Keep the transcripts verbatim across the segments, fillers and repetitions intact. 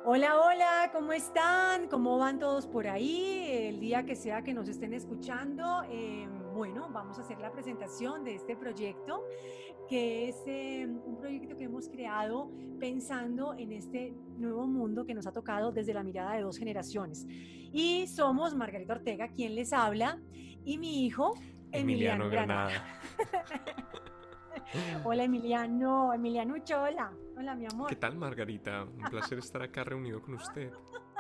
Hola, hola, ¿cómo están? ¿Cómo van todos por ahí? El día que sea que nos estén escuchando, eh, bueno, vamos a hacer la presentación de este proyecto, que es eh, un proyecto que hemos creado pensando en este nuevo mundo que nos ha tocado desde la mirada de dos generaciones. Y somos Margarita Ortega, quien les habla, y mi hijo, Emiliano Emiliano Granada. Granada. Hola, Emiliano, Emilianucho, hola, hola, mi ¿Qué amor. tal, Margarita? Un placer estar acá reunido con usted.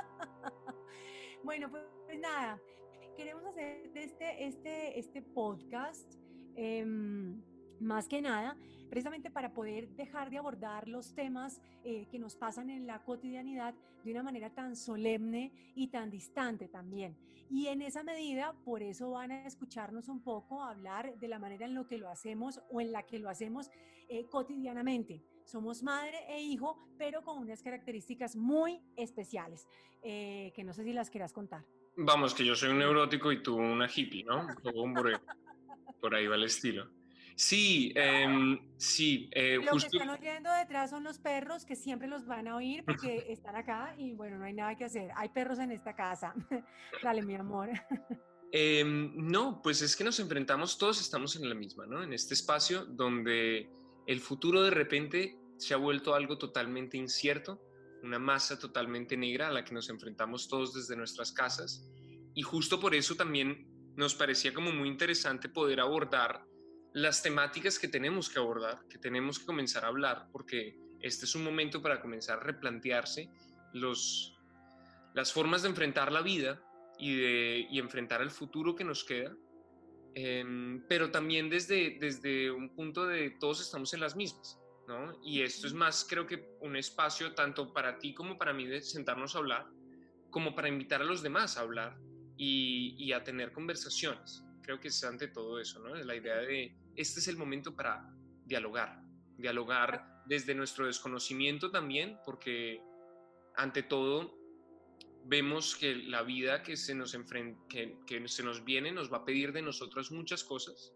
Bueno, pues, pues nada, queremos hacer este, este, este podcast eh, más que nada, precisamente para poder dejar de abordar los temas eh, que nos pasan en la cotidianidad de una manera tan solemne y tan distante también. Y en esa medida, por eso van a escucharnos un poco hablar de la manera en la que lo hacemos o en la que lo hacemos eh, cotidianamente. Somos madre e hijo, pero con unas características muy especiales, eh, que no sé si las quieras contar. Vamos, que yo soy un neurótico y tú una hippie, ¿no? Un poco por, por ahí va el estilo. Sí, eh, sí, eh, Lo que justo. están oyendo detrás son los perros que siempre los van a oír porque están acá y bueno, no hay nada que hacer. Hay perros en esta casa. Dale, mi amor. Eh, no, pues es que nos enfrentamos, todos estamos en la misma, ¿no? En este espacio donde el futuro de repente se ha vuelto algo totalmente incierto, una masa totalmente negra a la que nos enfrentamos todos desde nuestras casas. Y justo por eso también nos parecía como muy interesante poder abordar las temáticas que tenemos que abordar, que tenemos que comenzar a hablar, porque este es un momento para comenzar a replantearse los, las formas de enfrentar la vida y, de, y enfrentar el futuro que nos queda, eh, pero también desde, desde un punto de todos estamos en las mismas, ¿no? Y esto es más, creo que un espacio tanto para ti como para mí de sentarnos a hablar, como para invitar a los demás a hablar y, y a tener conversaciones. Creo que es ante todo eso, ¿no? La idea de, este es el momento para dialogar, dialogar desde nuestro desconocimiento también, porque ante todo vemos que la vida que se nos enfrenta, que, que se nos viene nos va a pedir de nosotros muchas cosas.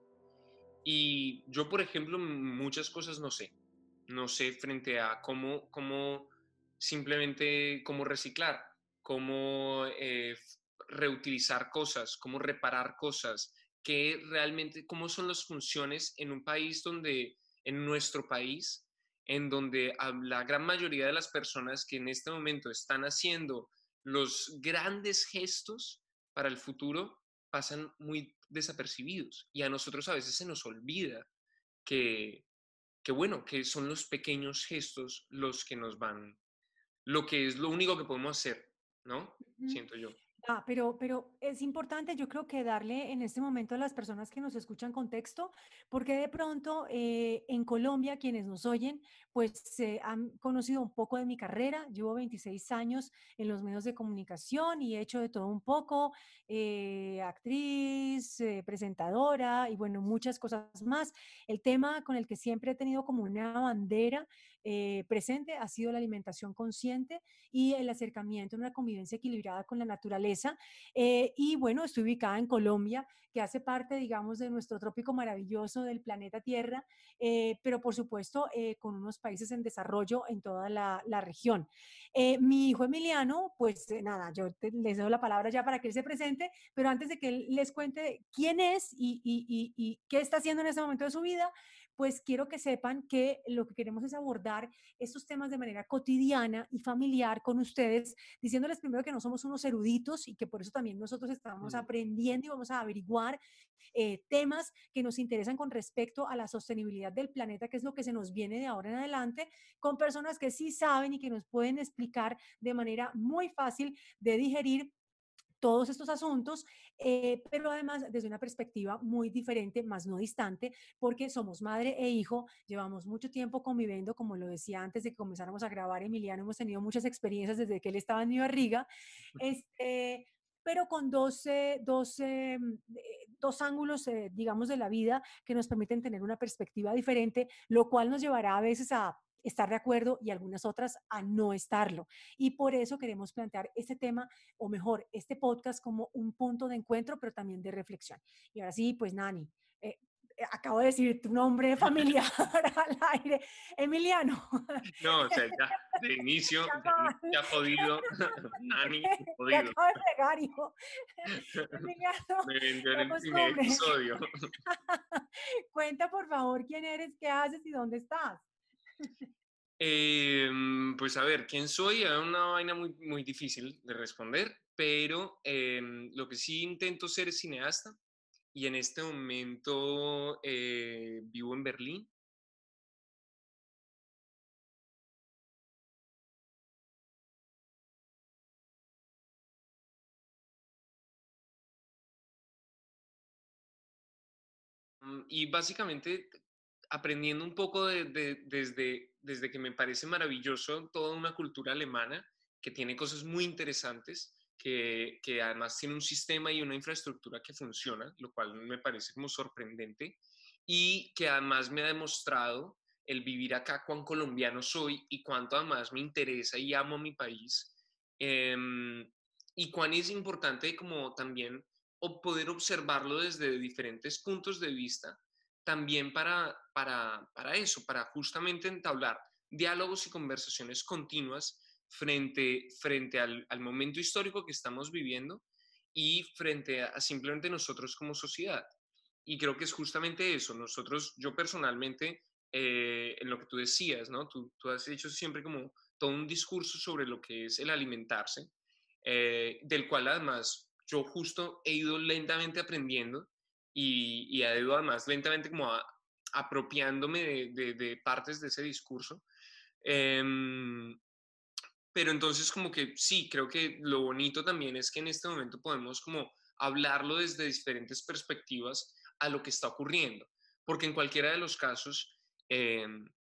Y yo, por ejemplo, muchas cosas no sé. No sé frente a cómo, cómo simplemente cómo reciclar, cómo eh, reutilizar cosas, cómo reparar cosas, qué realmente, cómo son las funciones en un país donde, en nuestro país, en donde la gran mayoría de las personas que en este momento están haciendo los grandes gestos para el futuro pasan muy desapercibidos y a nosotros a veces se nos olvida que, que bueno, que son los pequeños gestos los que nos van, lo que es lo único que podemos hacer, ¿no? Siento yo. Ah, pero, pero es importante, yo creo que darle en este momento a las personas que nos escuchan contexto, porque de pronto eh, en Colombia quienes nos oyen, pues se han conocido un poco de mi carrera. Llevo veintiséis años en los medios de comunicación y he hecho de todo un poco, eh, actriz, eh, presentadora y bueno, muchas cosas más. El tema con el que siempre he tenido como una bandera eh, presente ha sido la alimentación consciente y el acercamiento, una convivencia equilibrada con la naturaleza. Eh, y bueno, estoy ubicada en Colombia, que hace parte, digamos, de nuestro trópico maravilloso del planeta Tierra, eh, pero por supuesto eh, con unos países en desarrollo en toda la, la región. Eh, mi hijo Emiliano, pues eh, nada, yo te, les doy la palabra ya para que él se presente, pero antes de que él les cuente quién es y, y, y, y qué está haciendo en este momento de su vida, pues quiero que sepan que lo que queremos es abordar estos temas de manera cotidiana y familiar con ustedes, diciéndoles primero que no somos unos eruditos y que por eso también nosotros estamos Mm. aprendiendo y vamos a averiguar eh, temas que nos interesan con respecto a la sostenibilidad del planeta, que es lo que se nos viene de ahora en adelante, con personas que sí saben y que nos pueden explicar de manera muy fácil de digerir todos estos asuntos, eh, pero además desde una perspectiva muy diferente, más no distante, porque somos madre e hijo, llevamos mucho tiempo conviviendo, como lo decía antes de que comenzáramos a grabar, Emiliano, hemos tenido muchas experiencias desde que él estaba en mi barriga, este, pero con dos, eh, dos, eh, dos ángulos, eh, digamos, de la vida que nos permiten tener una perspectiva diferente, lo cual nos llevará a veces a estar de acuerdo y algunas otras a no estarlo. Y por eso queremos plantear este tema, o mejor, este podcast como un punto de encuentro, pero también de reflexión. Y ahora sí, pues Nani, eh, acabo de decir tu nombre familiar al aire, Emiliano. No, o sea, ya, de inicio, Ya de inicio va. ya jodido, Nani, Le jodido. acabo de pegar, hijo. Emiliano, Me vendió en te el primer acostumbre. episodio. Cuenta, por favor, quién eres, qué haces y dónde estás. Em, pues a ver, ¿quién soy? Es una vaina muy, muy difícil de responder, pero em, lo que sí intento ser es cineasta y en este momento eh, vivo en Berlín. Mm, Y básicamente aprendiendo un poco de- de- desde, desde que me parece maravilloso toda una cultura alemana que tiene cosas muy interesantes, que, que además tiene un sistema y una infraestructura que funciona, lo cual me parece como sorprendente, y que además me ha demostrado el vivir acá cuán colombiano soy y cuánto además me interesa y amo a mi país, em, y cuán es importante como también o poder observarlo desde diferentes puntos de vista, también para, para, para eso, para justamente entablar diálogos y conversaciones continuas frente, frente al, al momento histórico que estamos viviendo y frente a simplemente nosotros como sociedad. Y creo que es justamente eso. Nosotros, yo personalmente, eh, en lo que tú decías, ¿no? Tú, tú has hecho siempre como todo un discurso sobre lo que es el alimentarse, eh, del cual además yo justo he ido lentamente aprendiendo y, y he ido además lentamente como a, apropiándome de, de, de, partes de ese discurso. Eh, pero entonces como que sí, creo que lo bonito también es que en este momento podemos como hablarlo desde diferentes perspectivas a lo que está ocurriendo, porque en cualquiera de los casos, eh,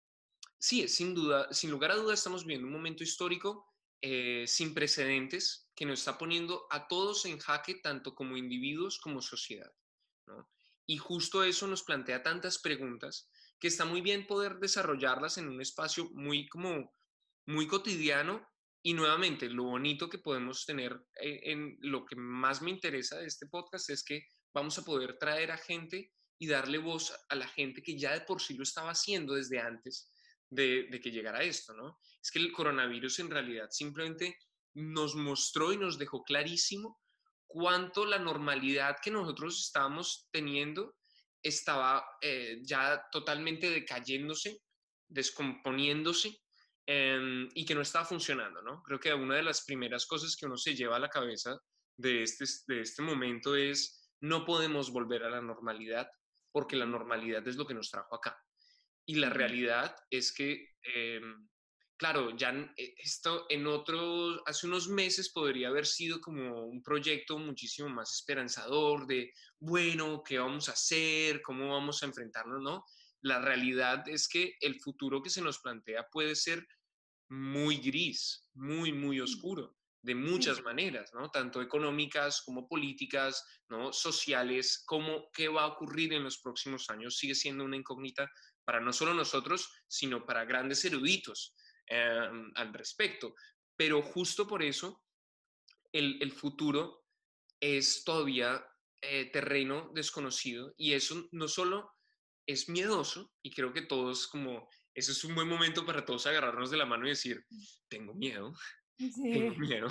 sí, sin duda, sin lugar a dudas estamos viviendo un momento histórico eh, sin precedentes que nos está poniendo a todos en jaque, tanto como individuos como sociedad, ¿no? Y justo eso nos plantea tantas preguntas que está muy bien poder desarrollarlas en un espacio muy como muy cotidiano y nuevamente lo bonito que podemos tener eh, en lo que más me interesa de este podcast es que vamos a poder traer a gente y darle voz a la gente que ya de por sí lo estaba haciendo desde antes de, de que llegara esto, ¿no? Es que el coronavirus en realidad simplemente nos mostró y nos dejó clarísimo cuánto la normalidad que nosotros estábamos teniendo estaba eh, ya totalmente decayéndose, descomponiéndose eh, y que no estaba funcionando, ¿no? Creo que una de las primeras cosas que uno se lleva a la cabeza de este, de este momento es no podemos volver a la normalidad porque la normalidad es lo que nos trajo acá. Y la Ujú. realidad es que, eh, claro, ya esto en otros, hace unos meses podría haber sido como un proyecto muchísimo más esperanzador de, bueno, ¿qué vamos a hacer? ¿Cómo vamos a enfrentarnos? ¿No? La realidad es que el futuro que se nos plantea puede ser muy gris, muy, muy oscuro, de Sí, muchas maneras, ¿no? Tanto económicas como políticas, ¿no? Sociales, como qué va a ocurrir en los próximos años, sigue siendo una incógnita para no solo nosotros, sino para grandes eruditos eh, al respecto. Pero justo por eso el, el futuro es todavía eh, terreno desconocido y eso no solo es miedoso, y creo que todos como, ese es un buen momento para todos agarrarnos de la mano y decir, tengo miedo, tengo sí. miedo,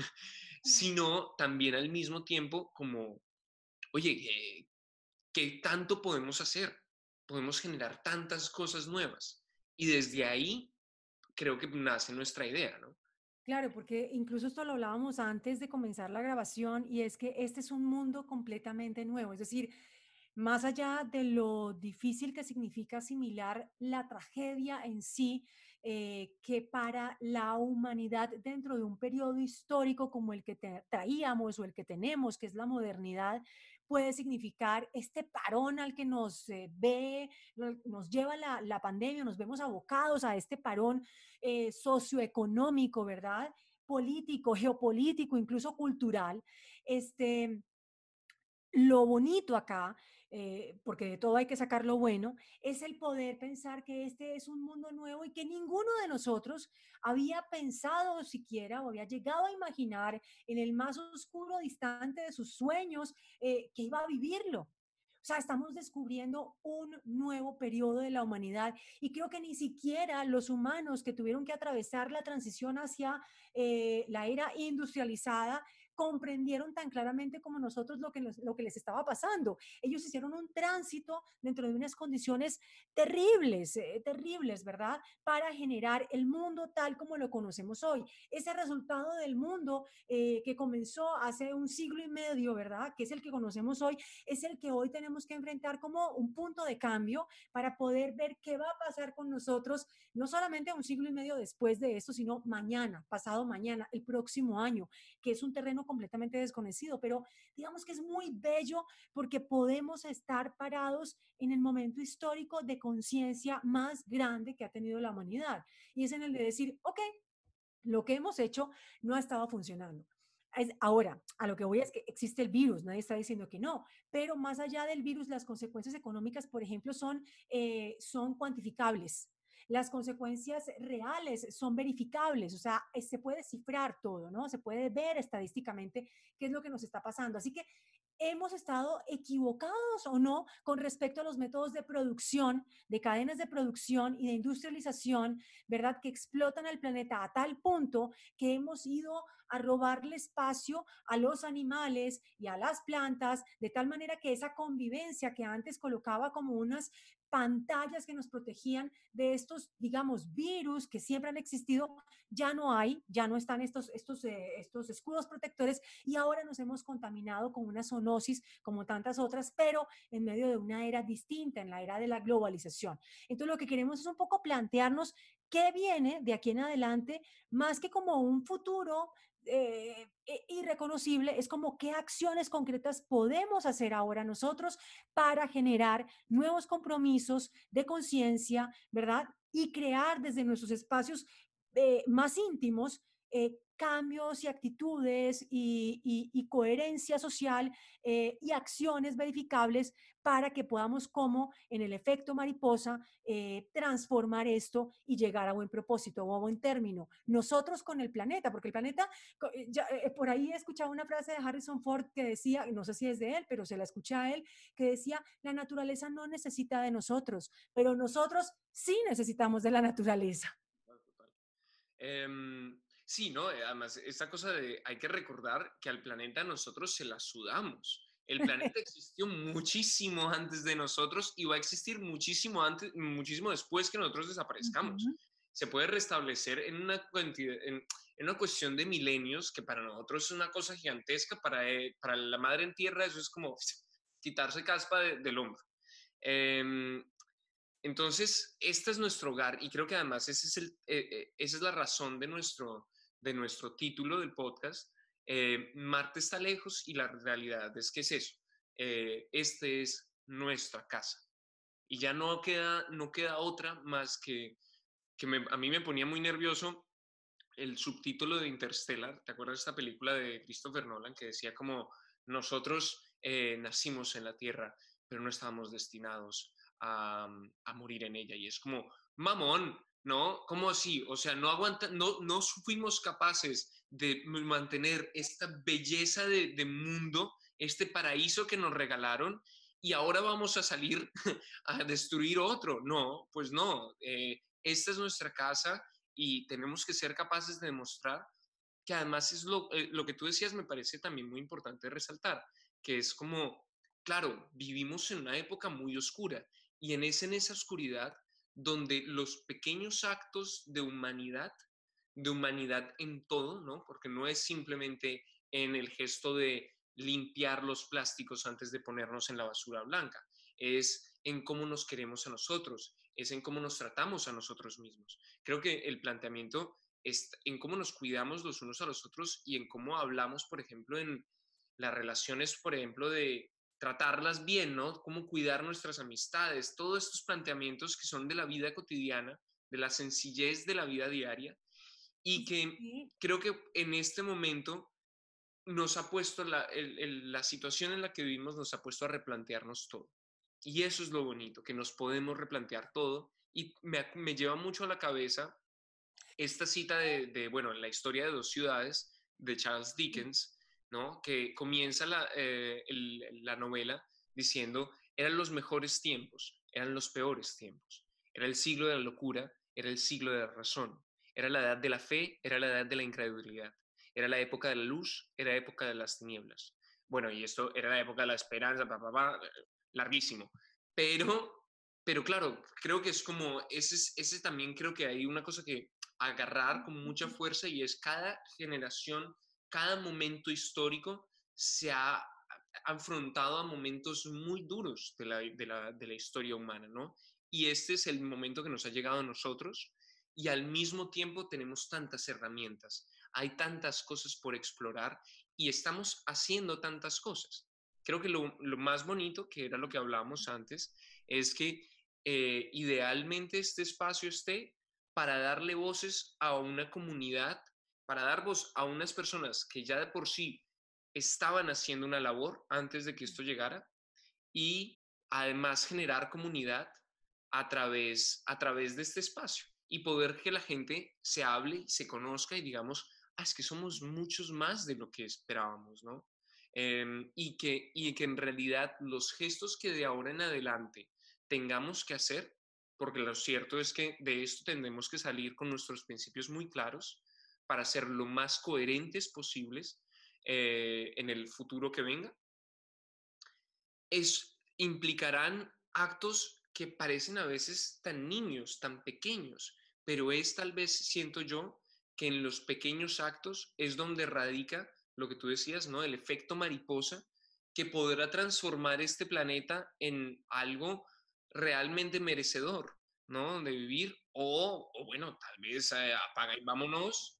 sino también al mismo tiempo como, oye, eh, ¿qué tanto podemos hacer? Podemos generar tantas cosas nuevas. Y desde ahí creo que nace nuestra idea, ¿no? Claro, porque incluso esto lo hablábamos antes de comenzar la grabación y es que este es un mundo completamente nuevo, es decir, más allá de lo difícil que significa asimilar la tragedia en sí, eh, que para la humanidad dentro de un periodo histórico como el que te- traíamos o el que tenemos, que es la modernidad, puede significar este parón al que nos eh, ve, no- nos lleva la, la pandemia, nos vemos abocados a este parón eh, socioeconómico, ¿verdad? Político, geopolítico, incluso cultural. Este, lo bonito acá, eh, porque de todo hay que sacar lo bueno, es el poder pensar que este es un mundo nuevo y que ninguno de nosotros había pensado siquiera o había llegado a imaginar en el más oscuro distante de sus sueños eh, que iba a vivirlo. O sea, estamos descubriendo un nuevo periodo de la humanidad y creo que ni siquiera los humanos que tuvieron que atravesar la transición hacia eh, la era industrializada comprendieron tan claramente como nosotros lo que, nos, lo que les estaba pasando. Ellos hicieron un tránsito dentro de unas condiciones terribles, eh, terribles, ¿verdad? Para generar el mundo tal como lo conocemos hoy. Ese resultado del mundo eh, que comenzó hace un siglo y medio, ¿verdad? Que es el que conocemos hoy, es el que hoy tenemos que enfrentar como un punto de cambio para poder ver qué va a pasar con nosotros, no solamente un siglo y medio después de esto, sino mañana, pasado mañana, el próximo año, que es un terreno completamente desconocido, pero digamos que es muy bello porque podemos estar parados en el momento histórico de conciencia más grande que ha tenido la humanidad. Y es en el de decir, ok, lo que hemos hecho no ha estado funcionando. Es, ahora, a lo que voy es que existe el virus, nadie está diciendo que no, pero más allá del virus, las consecuencias económicas, por ejemplo, son, eh, son cuantificables. Las consecuencias reales son verificables, o sea, se puede cifrar todo, ¿no? Se puede ver estadísticamente qué es lo que nos está pasando. Así que hemos estado equivocados o no con respecto a los métodos de producción, de cadenas de producción y de industrialización, ¿verdad? Que explotan el planeta a tal punto que hemos ido a robarle espacio a los animales y a las plantas, de tal manera que esa convivencia que antes colocaba como unas pantallas que nos protegían de estos, digamos, virus que siempre han existido, ya no hay, ya no están estos, estos, eh, estos escudos protectores y ahora nos hemos contaminado con una zoonosis como tantas otras, pero en medio de una era distinta, en la era de la globalización. Entonces lo que queremos es un poco plantearnos qué viene de aquí en adelante, más que como un futuro eh, irreconocible, es como qué acciones concretas podemos hacer ahora nosotros para generar nuevos compromisos de conciencia, ¿verdad? Y crear desde nuestros espacios eh, más íntimos eh, cambios y actitudes y, y, y coherencia social eh, y acciones verificables para que podamos, como en el efecto mariposa, eh, transformar esto y llegar a buen propósito o a buen término. Nosotros con el planeta, porque el planeta, ya, eh, por ahí he escuchado una frase de Harrison Ford que decía, no sé si es de él, pero se la escuché a él, que decía, la naturaleza no necesita de nosotros, pero nosotros sí necesitamos de la naturaleza. Um, sí, ¿no? Además, esta cosa de hay que recordar que al planeta nosotros se la sudamos. El planeta existió muchísimo antes de nosotros y va a existir muchísimo antes, muchísimo después que nosotros desaparezcamos. Uh-huh. Se puede restablecer en una cantidad, en, en una cuestión de milenios, que para nosotros es una cosa gigantesca, para, eh, para la madre en tierra eso es como quitarse caspa de, del hombro. Eh, Entonces, este es nuestro hogar y creo que además ese es el, eh, eh, esa es la razón de nuestro, de nuestro título del podcast. Eh, Marte está lejos y la realidad es que es eso. Eh, este es nuestra casa. Y ya no queda, no queda otra más que, que me, a mí me ponía muy nervioso el subtítulo de Interstellar. ¿Te acuerdas de esta película de Christopher Nolan que decía como nosotros eh, nacimos en la Tierra, pero no estábamos destinados A, a, morir en ella? Y es como, mamón, ¿no? ¿Cómo así? O sea, no aguanta, no, no fuimos capaces de mantener esta belleza de, de mundo, este paraíso que nos regalaron, y ahora vamos a salir a destruir otro. No, pues no. Eh, esta es nuestra casa y tenemos que ser capaces de demostrar que además es lo, eh, lo que tú decías me parece también muy importante resaltar, que es como, claro, vivimos en una época muy oscura y en, ese, en esa oscuridad donde los pequeños actos de humanidad, de humanidad en todo, ¿no? Porque no es simplemente en el gesto de limpiar los plásticos antes de ponernos en la basura blanca, es en cómo nos queremos a nosotros, es en cómo nos tratamos a nosotros mismos. Creo que el planteamiento es en cómo nos cuidamos los unos a los otros y en cómo hablamos, por ejemplo, en las relaciones, por ejemplo, de tratarlas bien, ¿no? Cómo cuidar nuestras amistades, todos estos planteamientos que son de la vida cotidiana, de la sencillez de la vida diaria y que sí. Creo que en este momento nos ha puesto, la, el, el, la situación en la que vivimos nos ha puesto a replantearnos todo. Y eso es lo bonito, que nos podemos replantear todo y me, me lleva mucho a la cabeza esta cita de, de, bueno, la historia de dos ciudades de Charles Dickens, ¿no? Que comienza la, eh, el, la novela diciendo Eran los mejores tiempos, eran los peores tiempos. Era el siglo de la locura, era el siglo de la razón. Era la edad de la fe, era la edad de la incredulidad. Era la época de la luz, era la época de las tinieblas. Bueno, y esto era la época de la esperanza, pa, pa, pa, larguísimo. Pero, pero claro, creo que es como, ese, ese también creo que hay una cosa que agarrar con mucha fuerza y es cada generación, cada momento histórico se ha afrontado a momentos muy duros de la, de la, de la historia humana, ¿no? Y este es el momento que nos ha llegado a nosotros y al mismo tiempo tenemos tantas herramientas, hay tantas cosas por explorar y estamos haciendo tantas cosas. Creo que lo, lo más bonito, que era lo que hablábamos antes, es que eh, idealmente este espacio esté para darle voces a una comunidad, para dar voz a unas personas que ya de por sí estaban haciendo una labor antes de que esto llegara y además generar comunidad a través, a través de este espacio y poder que la gente se hable, se conozca y digamos, ah, es que somos muchos más de lo que esperábamos, ¿no? Eh, y, que, y que en realidad los gestos que de ahora en adelante tengamos que hacer, porque lo cierto es que de esto tendremos que salir con nuestros principios muy claros para ser lo más coherentes posibles eh, en el futuro que venga, es, implicarán actos que parecen a veces tan niños, tan pequeños, pero es tal vez, siento yo, que en los pequeños actos es donde radica lo que tú decías, ¿no? El efecto mariposa que podrá transformar este planeta en algo realmente merecedor, ¿no? De vivir o, o bueno, tal vez eh, apaga y vámonos.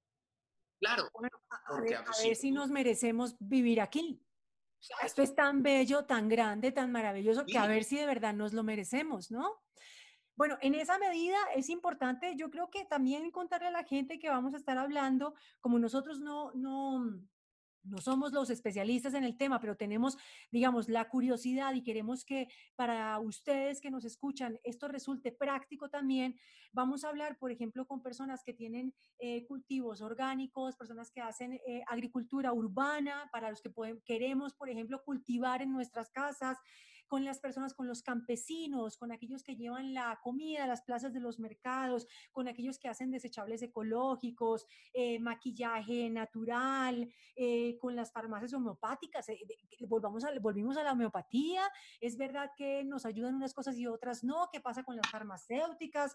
Claro, Bueno, a, a porque ver, a a ver si sí, nos merecemos vivir aquí. O sea, esto es tan bello, tan grande, tan maravilloso, que a ver si de verdad nos lo merecemos, ¿no? Bueno, en esa medida es importante, yo creo que también contarle a la gente que vamos a estar hablando, como nosotros no, no, no somos los especialistas en el tema, pero tenemos, digamos, la curiosidad y queremos que para ustedes que nos escuchan esto resulte práctico también. Vamos a hablar, por ejemplo, con personas que tienen eh, cultivos orgánicos, personas que hacen eh, agricultura urbana, para los que podemos, queremos, por ejemplo, cultivar en nuestras casas, con las personas, con los campesinos, con aquellos que llevan la comida a las plazas de los mercados, con aquellos que hacen desechables ecológicos, eh, maquillaje natural, eh, con las farmacias homeopáticas. Eh, volvamos a, volvimos a la homeopatía. Es verdad que nos ayudan unas cosas y otras no. ¿Qué pasa con las farmacéuticas?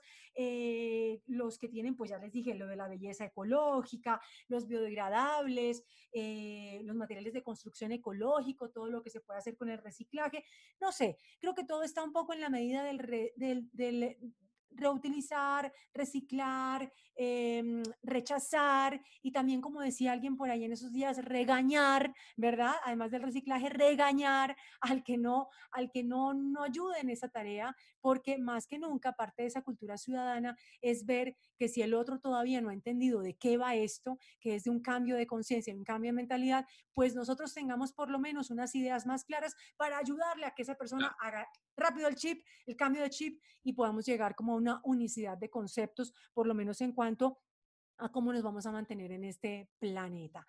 Eh, los que tienen, pues ya les dije, lo de la belleza ecológica, los biodegradables, eh, los materiales de construcción ecológico, todo lo que se puede hacer con el reciclaje. No sé, creo que todo está un poco en la medida del, re, del, del reutilizar, reciclar, eh, rechazar y también, como decía alguien por ahí en esos días, regañar, ¿verdad? Además del reciclaje, regañar al que no, al que no, no ayude en esa tarea, porque más que nunca parte de esa cultura ciudadana es ver que si el otro todavía no ha entendido de qué va esto, que es de un cambio de conciencia, un cambio de mentalidad, pues nosotros tengamos por lo menos unas ideas más claras para ayudarle a que esa persona haga rápido el chip, el cambio de chip y podamos llegar como a una unicidad de conceptos, por lo menos en cuanto a cómo nos vamos a mantener en este planeta.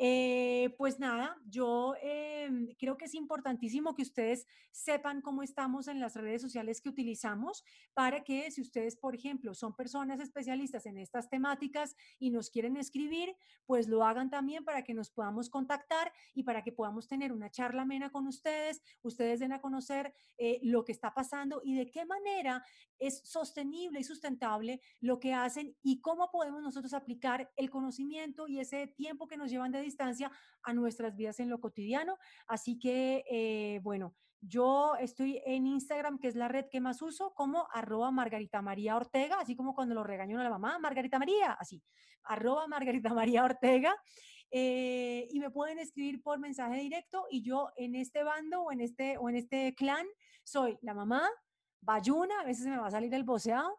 Eh, pues nada, yo eh, creo que es importantísimo que ustedes sepan cómo estamos en las redes sociales que utilizamos para que si ustedes, por ejemplo, son personas especialistas en estas temáticas y nos quieren escribir, pues lo hagan también para que nos podamos contactar y para que podamos tener una charla amena con ustedes, ustedes den a conocer eh, lo que está pasando y de qué manera es sostenible y sustentable lo que hacen y cómo podemos nosotros aplicar el conocimiento y ese tiempo que nos llevan de distancia a nuestras vidas en lo cotidiano. Así que, eh, bueno, yo estoy en Instagram, que es la red que más uso, como arroba Margarita María Ortega, así como cuando lo regaño a la mamá, Margarita María, así, arroba Margarita María Ortega. Eh, y me pueden escribir por mensaje directo y yo en este bando o en este, o en este clan soy la mamá, bayuna, a veces me va a salir el voceado,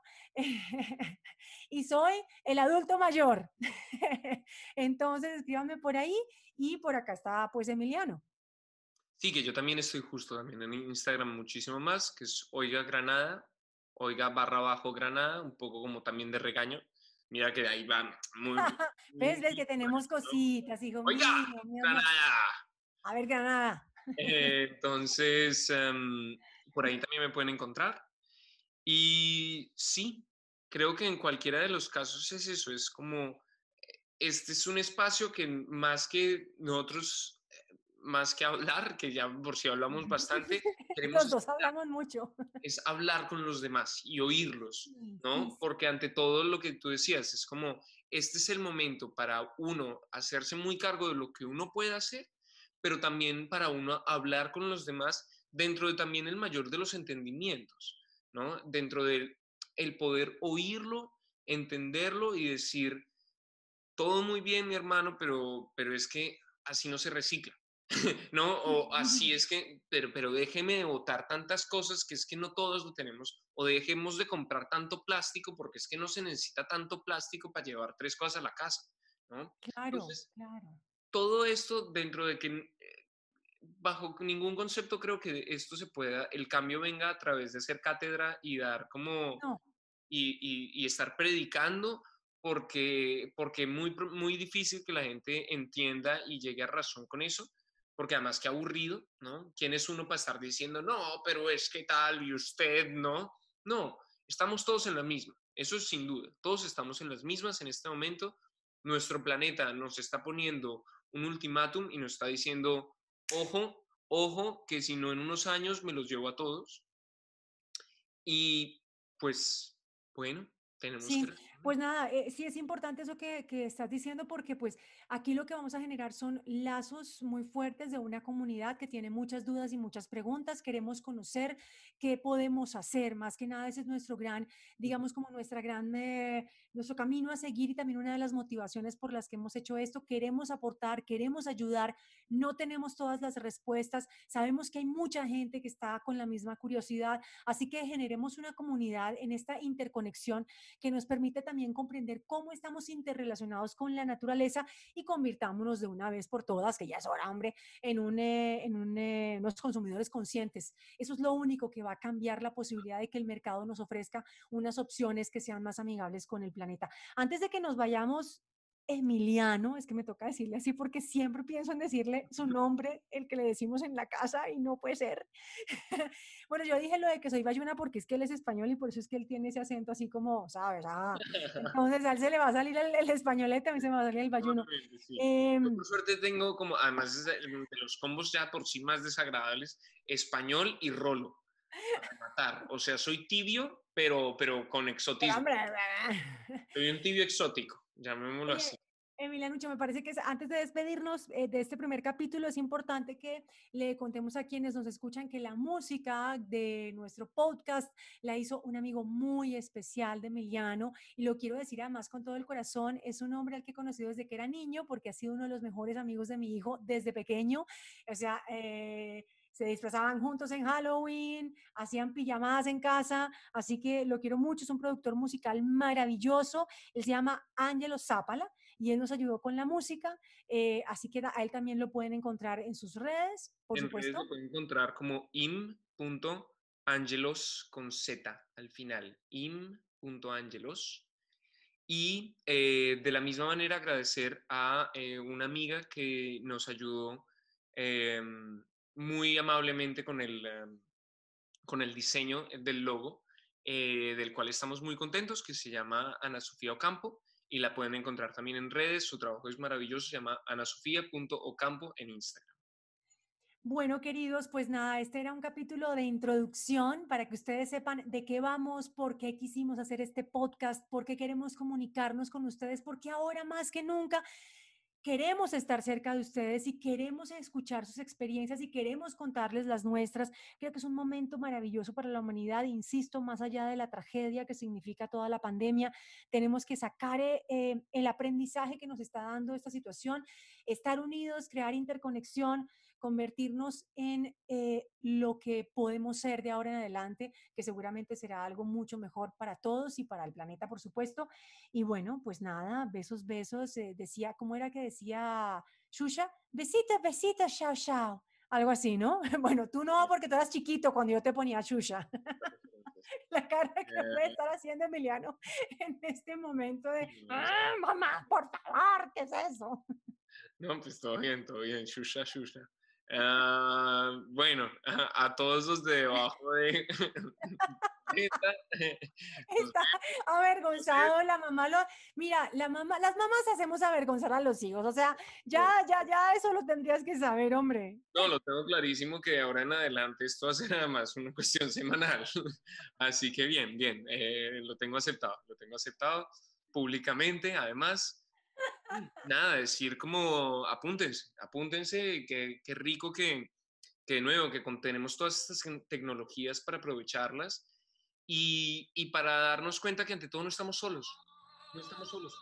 y soy el adulto mayor. Entonces, escríbanme por ahí y por acá está pues Emiliano. Sí, que yo también estoy justo también en Instagram muchísimo más, que es Oiga Granada, Oiga barra bajo Granada, un poco como también de regaño. Mira que de ahí va muy... ¿Ves? muy ¿Ves que tenemos ¿no? cositas, hijo Oiga, mío, mi amor? Granada. A ver, Granada. Eh, entonces, em, por ahí también me pueden encontrar. Y sí, creo que en cualquiera de los casos es eso, es como, este es un espacio que más que nosotros, eh, más que hablar, que ya por si hablamos bastante, queremos Los dos escuchar, hablamos mucho. es hablar con los demás y oírlos, Sí, sí, ¿no? sí. Porque ante todo lo que tú decías, es como, este es el momento para uno hacerse muy cargo de lo que uno puede hacer, pero también para uno hablar con los demás dentro de también el mayor de los entendimientos, ¿no? Dentro del el poder oírlo, entenderlo y decir, todo muy bien, mi hermano, pero, pero es que así no se recicla. ¿No? O así es que, pero, pero déjeme de botar tantas cosas que es que no todos lo tenemos, o dejemos de comprar tanto plástico porque es que no se necesita tanto plástico para llevar tres cosas a la casa, ¿no? Claro, Entonces, claro. todo esto dentro de que eh, bajo ningún concepto creo que esto se pueda, el cambio venga a través de hacer cátedra y dar como No, y, y, y estar predicando porque, porque es muy, muy difícil que la gente entienda y llegue a razón con eso, porque además que aburrido, ¿no? ¿Quién es uno para estar diciendo, no, pero es que tal y usted, no? No, estamos todos en la misma, eso es sin duda, todos estamos en las mismas en este momento, nuestro planeta nos está poniendo un ultimátum y nos está diciendo, ojo, ojo, que si no en unos años me los llevo a todos y pues bueno, tenemos que sí, responder. pues nada, eh, sí es importante eso que, que estás diciendo porque pues aquí lo que vamos a generar son lazos muy fuertes de una comunidad que tiene muchas dudas y muchas preguntas. Queremos conocer qué podemos hacer. Más que nada ese es nuestro gran, digamos como nuestra gran, eh, nuestro camino a seguir y también una de las motivaciones por las que hemos hecho esto. Queremos aportar, queremos ayudar. No tenemos todas las respuestas. Sabemos que hay mucha gente que está con la misma curiosidad. Así que generemos una comunidad en esta interconexión que nos permite también comprender cómo estamos interrelacionados con la naturaleza y convirtámonos de una vez por todas, que ya es hora, hombre, en, un, eh, en un, eh, unos consumidores conscientes. Eso es lo único que va a cambiar la posibilidad de que el mercado nos ofrezca unas opciones que sean más amigables con el planeta. Antes de que nos vayamos, Emiliano, es que me toca decirle así porque siempre pienso en decirle su nombre, el que le decimos en la casa y no puede ser. Bueno, yo dije lo de que soy bayuna porque es que él es español y por eso es que él tiene ese acento así como, ¿sabes? Ah, entonces a él se le va a salir el, el españolete, a mí se me va a salir el bayuno. Probablemente, sí. Eh, Yo por suerte tengo como, además de de los combos ya por sí más desagradables, español y rolo, para rematar. O sea, soy tibio, pero, pero con pero exotismo. hombre, Soy un tibio exótico, llamémoslo así. oye, Emilianucho, me parece que es- antes de despedirnos eh, de este primer capítulo es importante que le contemos a quienes nos escuchan que la música de nuestro podcast la hizo un amigo muy especial de Emiliano y lo quiero decir además con todo el corazón, es un hombre al que he conocido desde que era niño porque ha sido uno de los mejores amigos de mi hijo desde pequeño, o sea, eh, se disfrazaban juntos en Halloween, hacían pijamadas en casa, así que lo quiero mucho, es un productor musical maravilloso, él se llama Angelo Zápala y él nos ayudó con la música, eh, así que a él también lo pueden encontrar en sus redes, por En redes lo supuesto. pueden encontrar como im.angelos con Z al final, im.angelos. Y eh, de la misma manera agradecer a eh, una amiga que nos ayudó eh, muy amablemente con el, eh, con el diseño del logo, eh, del cual estamos muy contentos, que se llama Ana Sofía Ocampo y la pueden encontrar también en redes. Su trabajo es maravilloso, se llama anasofia punto ocampo en Instagram. Bueno, queridos, pues nada, este era un capítulo de introducción para que ustedes sepan de qué vamos, por qué quisimos hacer este podcast, por qué queremos comunicarnos con ustedes, porque ahora más que nunca queremos estar cerca de ustedes y queremos escuchar sus experiencias y queremos contarles las nuestras. Creo que es un momento maravilloso para la humanidad, insisto, más allá de la tragedia que significa toda la pandemia, tenemos que sacar eh, el aprendizaje que nos está dando esta situación, estar unidos, crear interconexión, convertirnos en eh, lo que podemos ser de ahora en adelante, que seguramente será algo mucho mejor para todos y para el planeta, por supuesto. Y bueno, pues nada, besos, besos. Eh, decía, ¿cómo era que decía Shusha? Besitos, besitos, chao, chao. Algo así, ¿no? Bueno, tú no, porque tú eras chiquito cuando yo te ponía Shusha. La cara que puede Eh, estar haciendo Emiliano en este momento de, ah, mamá, por favor, ¿qué es eso? no, pues todo bien, todo bien, shusha, shusha. Uh, Ah, bueno, a, a todos los de debajo de... Esta, Está avergonzado la mamá. Lo, mira, la mamá, las mamás hacemos avergonzar a los hijos. O sea, ya, ya, ya, eso lo tendrías que saber, hombre. no, lo tengo clarísimo que ahora en adelante esto va a ser además una cuestión semanal. Así que bien, bien, eh, lo tengo aceptado, lo tengo aceptado públicamente, además. Nada, decir como apúntense, apúntense, qué, qué rico que, que de nuevo, que con- tenemos todas estas tecnologías para aprovecharlas y, y para darnos cuenta que ante todo no estamos solos, no estamos solos.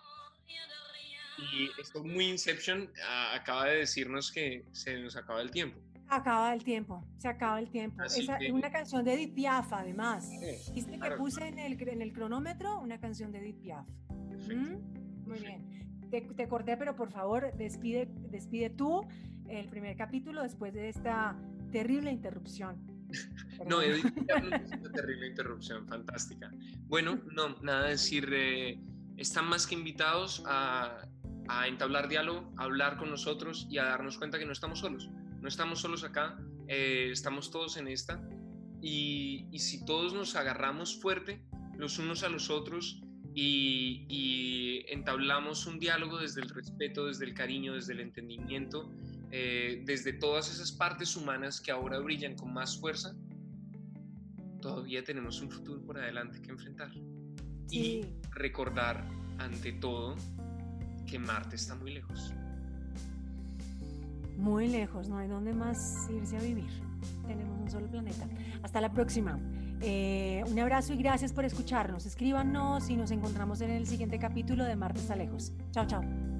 Y esto muy Inception a- acaba de decirnos que se nos acaba el tiempo. Acaba el tiempo, se acaba el tiempo. Así Esa que, es una canción de Edith Piaf, además. eh, ¿Viste que claro, puse en el, en el cronómetro una canción de Edith Piaf? perfecto, ¿Mm? Muy perfecto. bien. Te, te corté, pero por favor, despide, despide tú el primer capítulo después de esta terrible interrupción. No, Perdón. Edith Piaf nos hizo una terrible interrupción, fantástica. Bueno, no, nada decir, eh, están más que invitados a, a entablar diálogo, a hablar con nosotros y a darnos cuenta que no estamos solos. No estamos solos acá, eh, estamos todos en esta. Y, y si todos nos agarramos fuerte los unos a los otros y, y entablamos un diálogo desde el respeto, desde el cariño, desde el entendimiento, eh, desde todas esas partes humanas que ahora brillan con más fuerza, todavía tenemos un futuro por adelante que enfrentar. Sí. Y recordar, ante todo, que Marte está muy lejos. Muy lejos, no hay dónde más irse a vivir. Tenemos un solo planeta. Hasta la próxima. Eh, un abrazo y gracias por escucharnos. Escríbanos y nos encontramos en el siguiente capítulo de Marte está lejos. Chao, chao.